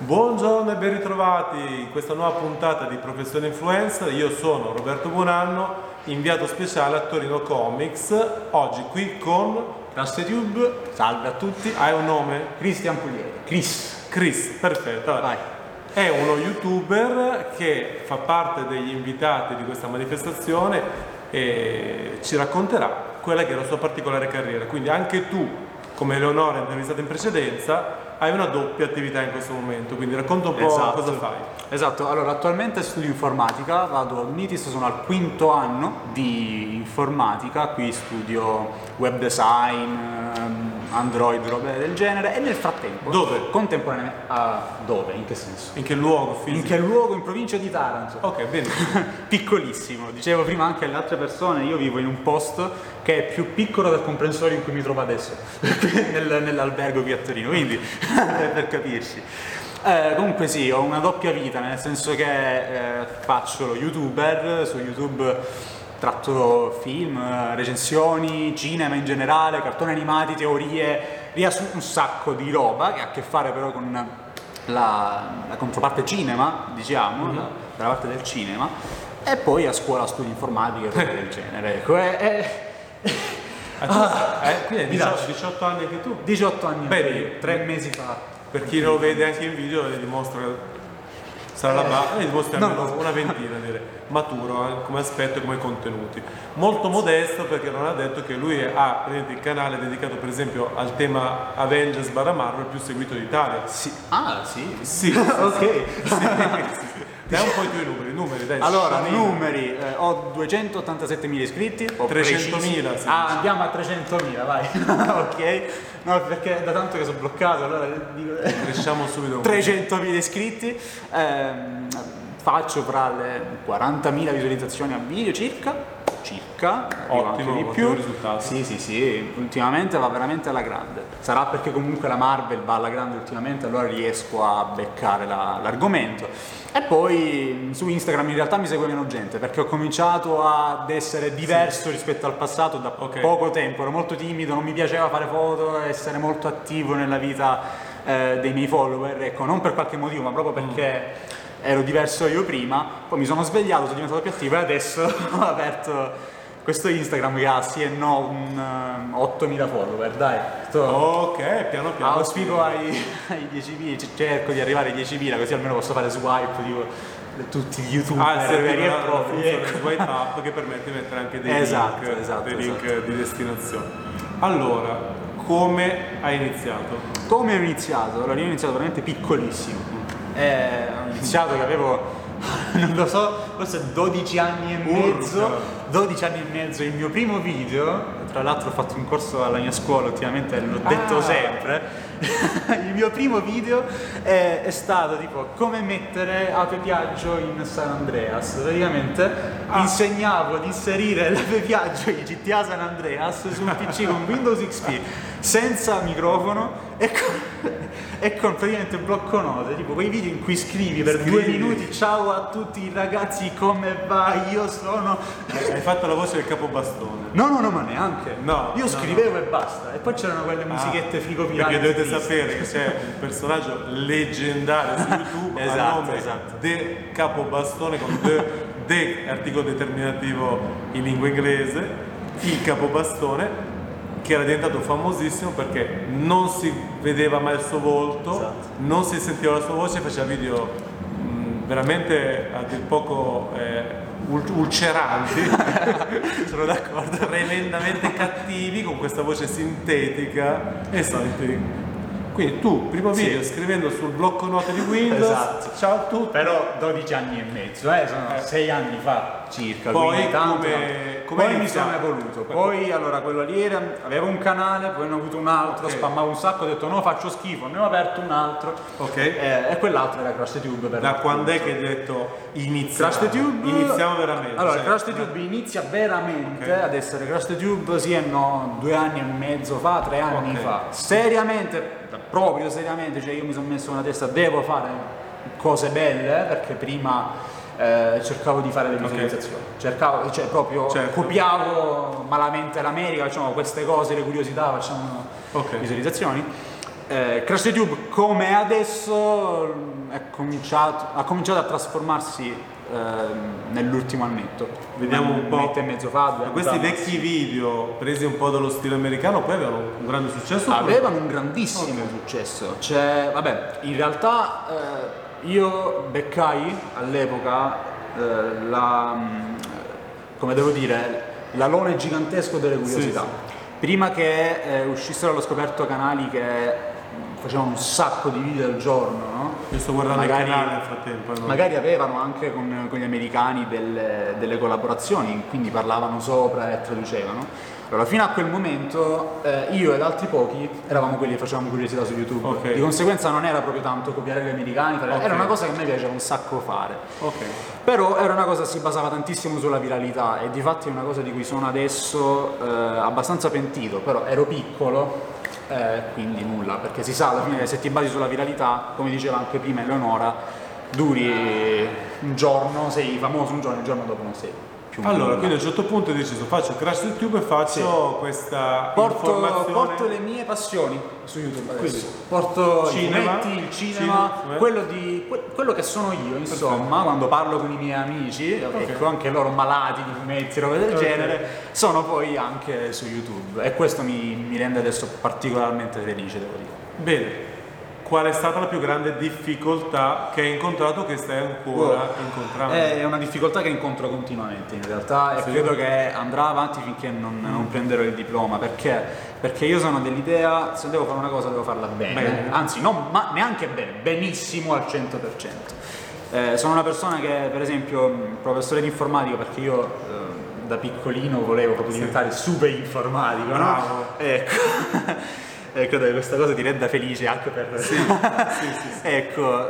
Buongiorno e ben ritrovati in questa nuova puntata di Professione Influencer. Io sono Roberto Buonanno, inviato speciale a Torino Comics. Oggi qui con CrushTube, salve a tutti. Hai un nome? Cristian Pugliese. Chris, perfetto. Allora, Vai. è uno youtuber che fa parte degli invitati di questa manifestazione e ci racconterà quella che è la sua particolare carriera. Quindi anche tu, come Eleonora intervistata in precedenza, hai una doppia attività in questo momento, quindi racconta un po' cosa fai. Esatto, allora attualmente studio informatica, vado all'Unitis, sono al quinto anno di informatica, qui studio web design, Android, robe del genere, e nel frattempo... Dove? Contemporaneamente... dove? In che senso? In che luogo fisico? In che luogo? In provincia di Taranto. Ok, bene. Piccolissimo, dicevo prima anche alle altre persone, io vivo in un posto che è più piccolo del comprensorio in cui mi trovo adesso, nell'albergo qui a Torino, quindi per capirci. Comunque sì, ho una doppia vita, nel senso che faccio lo youtuber, su YouTube tratto film, recensioni, cinema in generale, cartoni animati, teorie, riassunto un sacco di roba che ha a che fare però con la controparte cinema, diciamo, dalla parte del cinema, e poi a scuola studi informatica e cose del genere. Ecco, Quindi 18 anni anche tu? 18 anni, Beh, 3 mesi fa. Per chi lo vede anche in video, le dimostra sarà la base, le dimostra almeno una ventina, direi. Maturo come aspetto e come contenuti. Molto modesto, perché non ha detto che lui ha il canale dedicato per esempio al tema Avengers / Marvel più seguito d'Italia. Sì. Sì. Ok. Sì. Dai un po' i tuoi numeri, dai. Allora, numeri, ho 287.000 iscritti, ho 300.000, sì. Andiamo a 300.000, vai. Ok, no, perché da tanto che sono bloccato, allora dico Cresciamo subito. 300.000 iscritti, faccio fra le 40.000 visualizzazioni a video circa, arrivo anche di più. Risultato. Sì, ultimamente va veramente alla grande. Sarà perché comunque la Marvel va alla grande ultimamente, allora riesco a beccare l'argomento. E poi su Instagram in realtà mi segue meno gente, perché ho cominciato ad essere diverso rispetto al passato da poco tempo, ero molto timido, non mi piaceva fare foto, essere molto attivo nella vita dei miei follower, ecco, non per qualche motivo, ma proprio perché ero diverso io prima, poi mi sono svegliato, sono diventato più attivo e adesso ho aperto questo Instagram che ha sì e no 8.000 follower, dai. Ok, piano piano. Auspico ai 10.000, cerco di arrivare ai 10.000 così almeno posso fare swipe, tipo tutti gli youtuber veri e propri. Ecco. Swipe up che permette di mettere anche dei link di destinazione. Allora, come hai iniziato? Come ho iniziato? Allora io ho iniziato veramente piccolissimo. Ho iniziato che avevo, non lo so, forse 12 anni e mezzo. 12 anni e mezzo, il mio primo video, tra l'altro ho fatto un corso alla mia scuola ultimamente, l'ho detto sempre, il mio primo video è stato tipo come mettere Ape Piaggio in San Andreas. Praticamente insegnavo ad inserire l'Ape Piaggio in GTA San Andreas su un PC con Windows XP senza microfono e con praticamente blocco note, tipo quei video in cui scrivi per 2 minuti ciao a tutti i ragazzi, come va, io sono... Hai fatto la voce del capobastone? No, ma neanche. Io scrivevo e basta. E poi c'erano quelle musichette figo perché dovete sapere che c'è un personaggio leggendario su YouTube a nome De Capobastone con de articolo determinativo in lingua inglese, il capobastone, che era diventato famosissimo perché non si vedeva mai il suo volto, non si sentiva la sua voce, faceva video veramente a dir poco ulceranti, sono d'accordo, tremendamente cattivi, con questa voce sintetica e soliti. Quindi tu, primo video, scrivendo sul blocco note di Windows, ciao a tutti. Però 12 anni e mezzo, sono 6 anni fa circa. Poi poi mi sono evoluto. Poi allora quello lì avevo un canale, poi ne ho avuto un altro, spammavo un sacco, ho detto no, faccio schifo, ne ho aperto un altro. E quell'altro era CrushTube. Da quando è che hai detto iniziamo veramente? Allora, CrushTube inizia veramente ad essere CrushTube sì e no 2 anni e mezzo fa, 3 anni fa. Seriamente, proprio seriamente, cioè io mi sono messo una testa, devo fare cose belle, perché prima cercavo di fare le visualizzazioni, copiavo malamente l'America, facciamo queste cose, le curiosità, facciamo visualizzazioni. Crash the Tube come adesso ha cominciato a trasformarsi nell'ultimo annetto. Vediamo un po'. Mette e mezzo fa, Questi vecchi video presi un po' dallo stile americano poi avevano un grande successo? Avevano un grandissimo successo. Cioè, vabbè, in realtà io beccai all'epoca come devo dire, l'alone gigantesco delle curiosità. Sì. Prima che uscissero allo scoperto canali che facevano un sacco di video al giorno, no? Io sto guardando il canale nel frattempo. Magari avevano anche con gli americani delle collaborazioni, quindi parlavano sopra e traducevano. Allora, fino a quel momento io ed altri pochi eravamo quelli che facevamo curiosità su YouTube. Okay. Di conseguenza non era proprio tanto copiare gli americani, era una cosa che a me piaceva un sacco fare. Okay. Però era una cosa che si basava tantissimo sulla viralità e difatti è una cosa di cui sono adesso abbastanza pentito, però ero piccolo. Quindi nulla, perché si sa alla fine che se ti basi sulla viralità, come diceva anche prima Eleonora, duri un giorno, sei famoso un giorno, il giorno dopo non sei più. Allora, quindi a un certo punto hai deciso faccio Crash the Tube e faccio questa informazione. Porto le mie passioni su YouTube adesso. Quindi, porto cinema, i fumetti, il cinema, quello che sono io, insomma, quando parlo con i miei amici, ecco, anche loro malati di fumetti, roba del genere, sono poi anche su YouTube e questo mi rende adesso particolarmente felice, devo dire. Bene. Qual è stata la più grande difficoltà che hai incontrato, che stai ancora incontrando? È una difficoltà che incontro continuamente in realtà e credo che andrà avanti finché non prenderò il diploma, perché io sono dell'idea, se devo fare una cosa devo farla bene. Anzi neanche bene, benissimo al 100%. Sono una persona che, per esempio, professore di informatica, perché io da piccolino volevo proprio diventare super informatico, no? Ecco. Credo che questa cosa ti renda felice anche per... Sì. Ecco,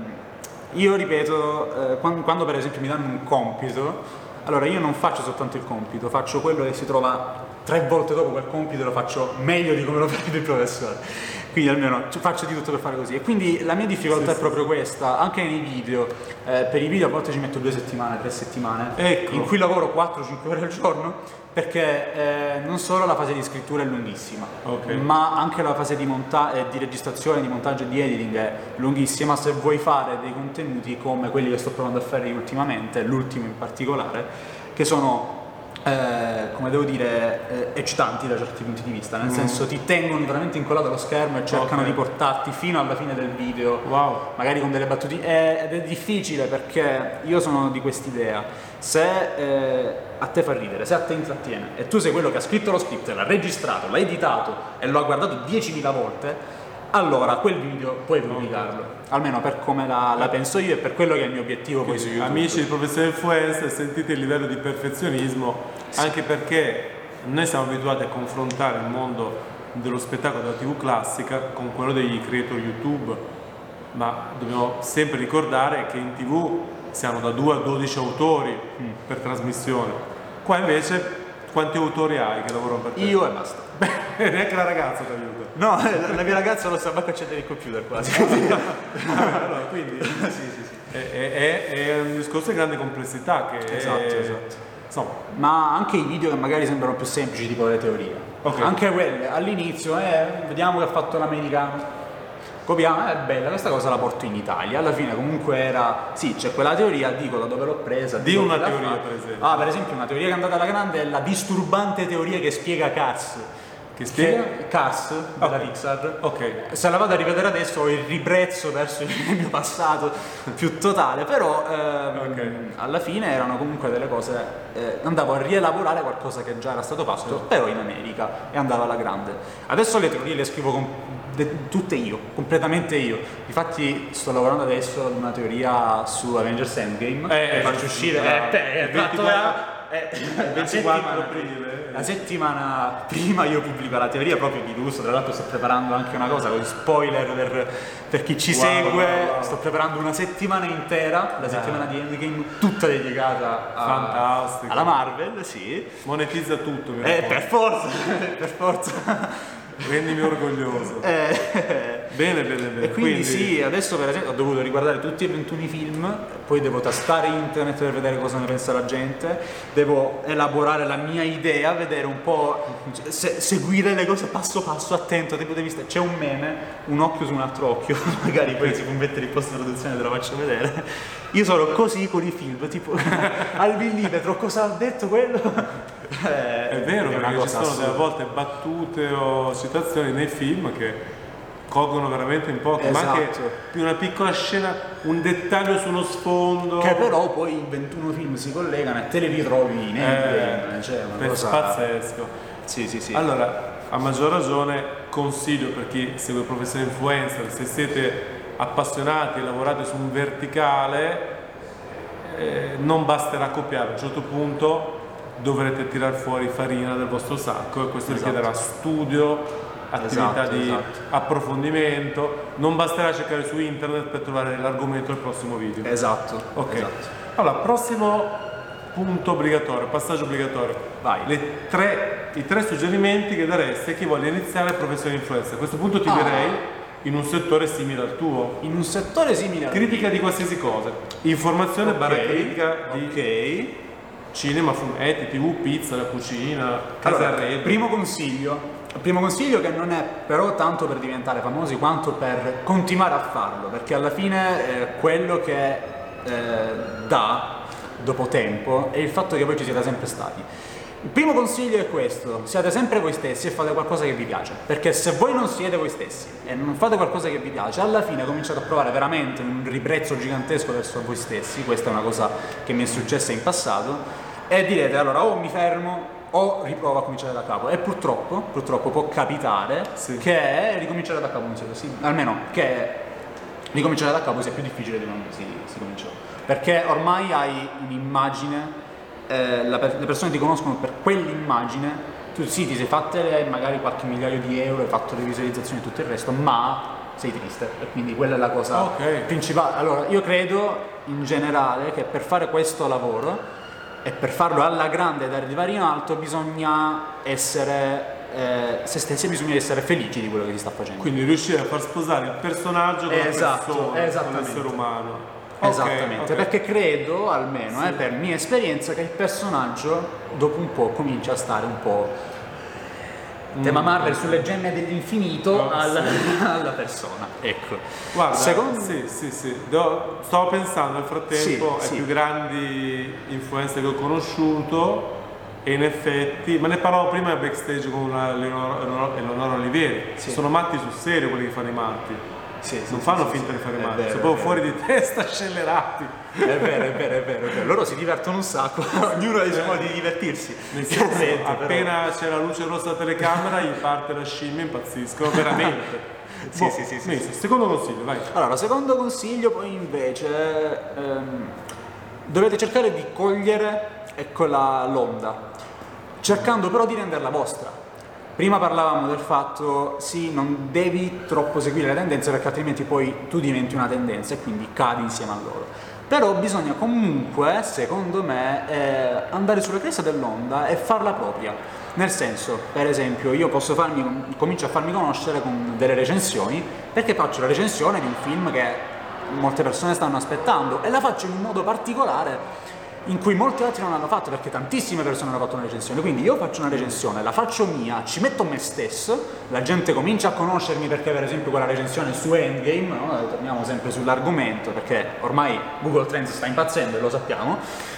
io ripeto, quando per esempio mi danno un compito, allora io non faccio soltanto il compito, faccio quello che si trova 3 volte dopo quel compito, lo faccio meglio di come lo fa il professore. Quindi almeno faccio di tutto per fare così. E quindi la mia difficoltà è proprio questa, anche nei video. Per i video a volte ci metto 2 settimane, 3 settimane, ecco, in cui lavoro 4-5 ore al giorno, perché non solo la fase di scrittura è lunghissima, ma anche la fase di registrazione, di montaggio e di editing è lunghissima. Se vuoi fare dei contenuti come quelli che sto provando a fare ultimamente, l'ultimo in particolare, che sono come devo dire eccitanti da certi punti di vista, nel senso ti tengono veramente incollato allo schermo e cercano di portarti fino alla fine del video, magari con delle battute, ed è difficile perché io sono di quest'idea: se a te fa ridere, se a te intrattiene e tu sei quello che ha scritto lo script, l'ha registrato, l'ha editato e lo ha guardato 10.000 volte, allora quel video puoi pubblicarlo, almeno per come la penso io e per quello che è il mio obiettivo poi su YouTube. Amici del professore influencer, sentite il livello di perfezionismo, anche perché noi siamo abituati a confrontare il mondo dello spettacolo della TV classica con quello degli creator YouTube, ma dobbiamo sempre ricordare che in TV siamo da 2 a 12 autori per trasmissione. Qua invece quanti autori hai che lavorano per te? Io e basta. Neanche la ragazza ti aiuta. No, la mia ragazza lo sa manco accendere il computer quasi. Allora, quindi è un discorso di grande complessità che esatto. Insomma. Ma anche i video che magari sembrano più semplici, tipo le teorie, anche quelle all'inizio vediamo che ha fatto l'americano, copiamo, è bella questa cosa, la porto in Italia. Alla fine comunque era, sì, c'è quella teoria, dico da dove l'ho presa. Di una teoria per esempio. Per esempio una teoria che è andata alla grande è la disturbante teoria che spiega Cars. Che spiega? Cars della Pixar. Se la vado a rivedere adesso ho il ribrezzo verso il mio passato più totale, però alla fine erano comunque delle cose, andavo a rielaborare qualcosa che già era stato fatto, però in America, e andava alla grande. Adesso le teorie le scrivo tutte io, completamente io. Infatti sto lavorando adesso ad una teoria su Avengers Endgame che faccio uscire il 24 aprile. La settimana prima io pubblico la teoria proprio di lusso. Tra l'altro sto preparando anche una cosa con spoiler per chi ci segue. Sto preparando una settimana intera, la settimana di Endgame, tutta dedicata alla Marvel, sì. Monetizza tutto, per forza. rendimi orgoglioso. Bene. E quindi sì, adesso per esempio ho dovuto riguardare tutti i 21 film, poi devo tastare internet per vedere cosa ne pensa la gente, devo elaborare la mia idea, vedere un po', seguire le cose passo passo, attento, tipo c'è un meme, un occhio su un altro occhio, magari poi si può mettere in post produzione, te lo faccio vedere. Io sono così con i film, tipo al millimetro, cosa ha detto quello? È vero, perché ci sono delle volte battute o situazioni nei film che colgono veramente in poco, esatto. Ma anche più una piccola scena, un dettaglio su uno sfondo che però poi in 21 film si collegano e te li ritrovi in Endgame, cioè una cosa pazzesco. Sì. Allora, a maggior ragione consiglio per chi segue professione influencer, se siete appassionati e lavorate su un verticale, non basterà copiare, a un certo punto dovrete tirar fuori farina del vostro sacco e questo richiederà studio, attività di approfondimento, non basterà cercare su internet per trovare l'argomento del prossimo video. Esatto. Allora, prossimo punto obbligatorio, passaggio obbligatorio. Vai. I tre suggerimenti che daresti a chi voglia iniziare professione influencer. A questo punto ti direi in un settore simile al tuo. In un settore simile al critica di qualsiasi cosa. Informazione barra critica di cinema, fumetti, tv, pizza, la cucina, casa arredo. Primo consiglio che non è però tanto per diventare famosi quanto per continuare a farlo, perché alla fine quello che dà dopo tempo è il fatto che voi ci siete sempre stati. Il primo consiglio è questo: siate sempre voi stessi e fate qualcosa che vi piace, perché se voi non siete voi stessi e non fate qualcosa che vi piace, alla fine cominciate a provare veramente un ribrezzo gigantesco verso voi stessi. Questa è una cosa che mi è successa in passato e direte allora o mi fermo o riprovo a cominciare da capo, e purtroppo può capitare che ricominciare da capo non sia così, almeno che ricominciare da capo sia più difficile di quando si cominciò, perché ormai hai un'immagine, le persone ti conoscono per quell'immagine, tu sì ti sei fatte magari qualche migliaio di euro, hai fatto le visualizzazioni e tutto il resto, ma sei triste, e quindi quella è la cosa principale. Allora io credo in generale che per fare questo lavoro e per farlo alla grande ed arrivare in alto bisogna essere se stessi, bisogna essere felici di quello che si sta facendo. Quindi riuscire a far sposare il personaggio con la persona, con l'essere umano. Esattamente, perché credo, almeno per mia esperienza, che il personaggio dopo un po' comincia a stare un po' tema Marvel sulle gemme dell'infinito alla persona. Ecco. Guarda, stavo pensando nel frattempo ai più grandi influencer che ho conosciuto e in effetti, ma ne parlavo prima backstage con Eleonora Olivieri, sono matti sul serio quelli che fanno i matti. Non fanno finta di fare male, sono proprio fuori di testa, scellerati. È vero. Loro si divertono un sacco, ognuno ha i suoi modi di divertirsi. Nel senso, appena c'è la luce rossa della telecamera gli parte la scimmia, impazziscono veramente. Sì. Secondo consiglio, vai. Allora, secondo consiglio poi invece dovete cercare di cogliere l'onda, cercando però di renderla vostra. Prima parlavamo del fatto, non devi troppo seguire le tendenze, perché altrimenti poi tu diventi una tendenza e quindi cadi insieme a loro. Però bisogna comunque, secondo me, andare sulla cresta dell'onda e farla propria. Nel senso, per esempio, io comincio a farmi conoscere con delle recensioni, perché faccio la recensione di un film che molte persone stanno aspettando e la faccio in un modo particolare in cui molti altri non hanno fatto, perché tantissime persone hanno fatto una recensione. Quindi io faccio una recensione, la faccio mia, ci metto me stesso, la gente comincia a conoscermi perché per esempio quella recensione su Endgame, no? Torniamo sempre sull'argomento perché ormai Google Trends sta impazzendo e lo sappiamo.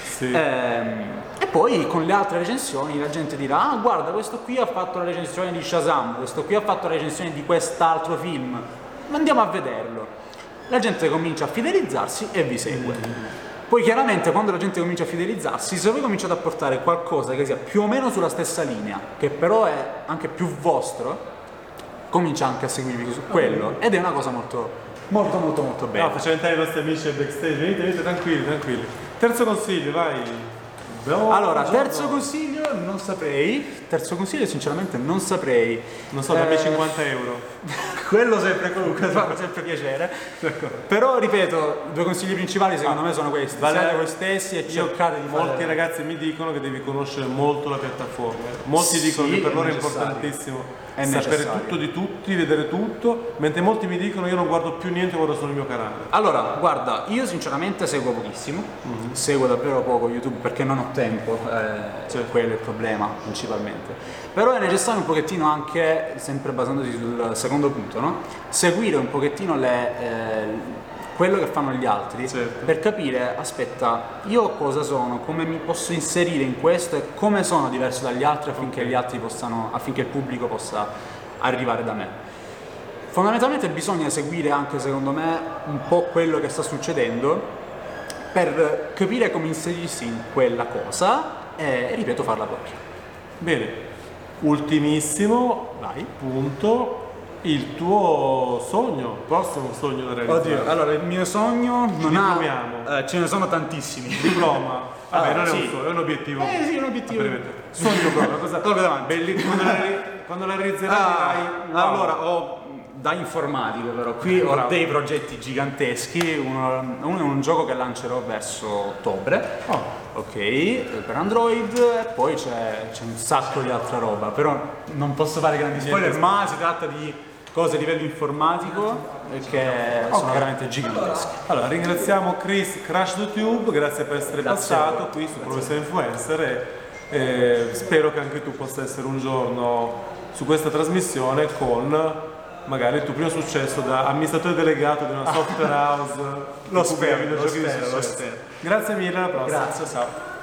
E poi con le altre recensioni la gente dirà: ah, guarda, questo qui ha fatto la recensione di Shazam, questo qui ha fatto la recensione di quest'altro film, ma andiamo a vederlo. La gente comincia a fidelizzarsi e vi segue. Poi chiaramente quando la gente comincia a fidelizzarsi, se voi cominciate a portare qualcosa che sia più o meno sulla stessa linea, che però è anche più vostro, comincia anche a seguirvi su quello, ed è una cosa molto bella. No, facciamo entrare i nostri amici al backstage, venite tranquilli. Terzo consiglio, vai. Allora, terzo consiglio non saprei. Sinceramente non saprei. Non so, dammi 50 euro. Quello sempre, comunque fa sempre piacere. Però ripeto, i due consigli principali secondo me sono questi: siate voi stessi e cercate di fare. Molti ragazzi mi dicono che devi conoscere molto la piattaforma. Molti dicono che per loro è importantissimo È sapere necessario. tutto di tutti, vedere tutto, mentre molti mi dicono io non guardo più niente, guardo solo il mio canale. Allora, guarda, io sinceramente seguo pochissimo, seguo davvero poco YouTube perché non ho tempo, quello è il problema principalmente. Però è necessario un pochettino anche, sempre basandosi sul secondo punto, no? Seguire un pochettino quello che fanno gli altri, Certo. per capire, aspetta, io cosa sono, come mi posso inserire in questo e come sono diverso dagli altri affinché gli altri affinché il pubblico possa arrivare da me. Fondamentalmente bisogna seguire anche, secondo me, un po' quello che sta succedendo per capire come inserirsi in quella cosa e, ripeto, farla propria. Bene, ultimissimo Vai. punto, il tuo sogno, prossimo sogno da realizzare. Oddio, allora il mio sogno non Diplomiamo. ce ne sono tantissimi. Diploma. Vabbè, Allora, non è sì. un sogno, è un obiettivo. Sì, un obiettivo. a breve. Sogno proprio, cosa Tolgo davanti. quando la realizzerai dirai, wow. Allora, da informatico però, qui ho Bravo. dei progetti giganteschi, uno è un gioco che lancerò verso ottobre, ok, per Android, e poi c'è un sacco di altra roba, però non posso fare grandi spoiler, ma si tratta di cose a livello informatico che sono veramente gigantesche. Allora, ringraziamo Chris Crash YouTube, grazie per essere Grazie a passato voi. qui su Professor Influencer e spero che anche tu possa essere un giorno su questa trasmissione con magari il tuo primo successo da amministratore delegato di una software house. Lo di spero, videogiochi di lo successo. spero. Grazie mille, alla prossima. Grazie, ciao.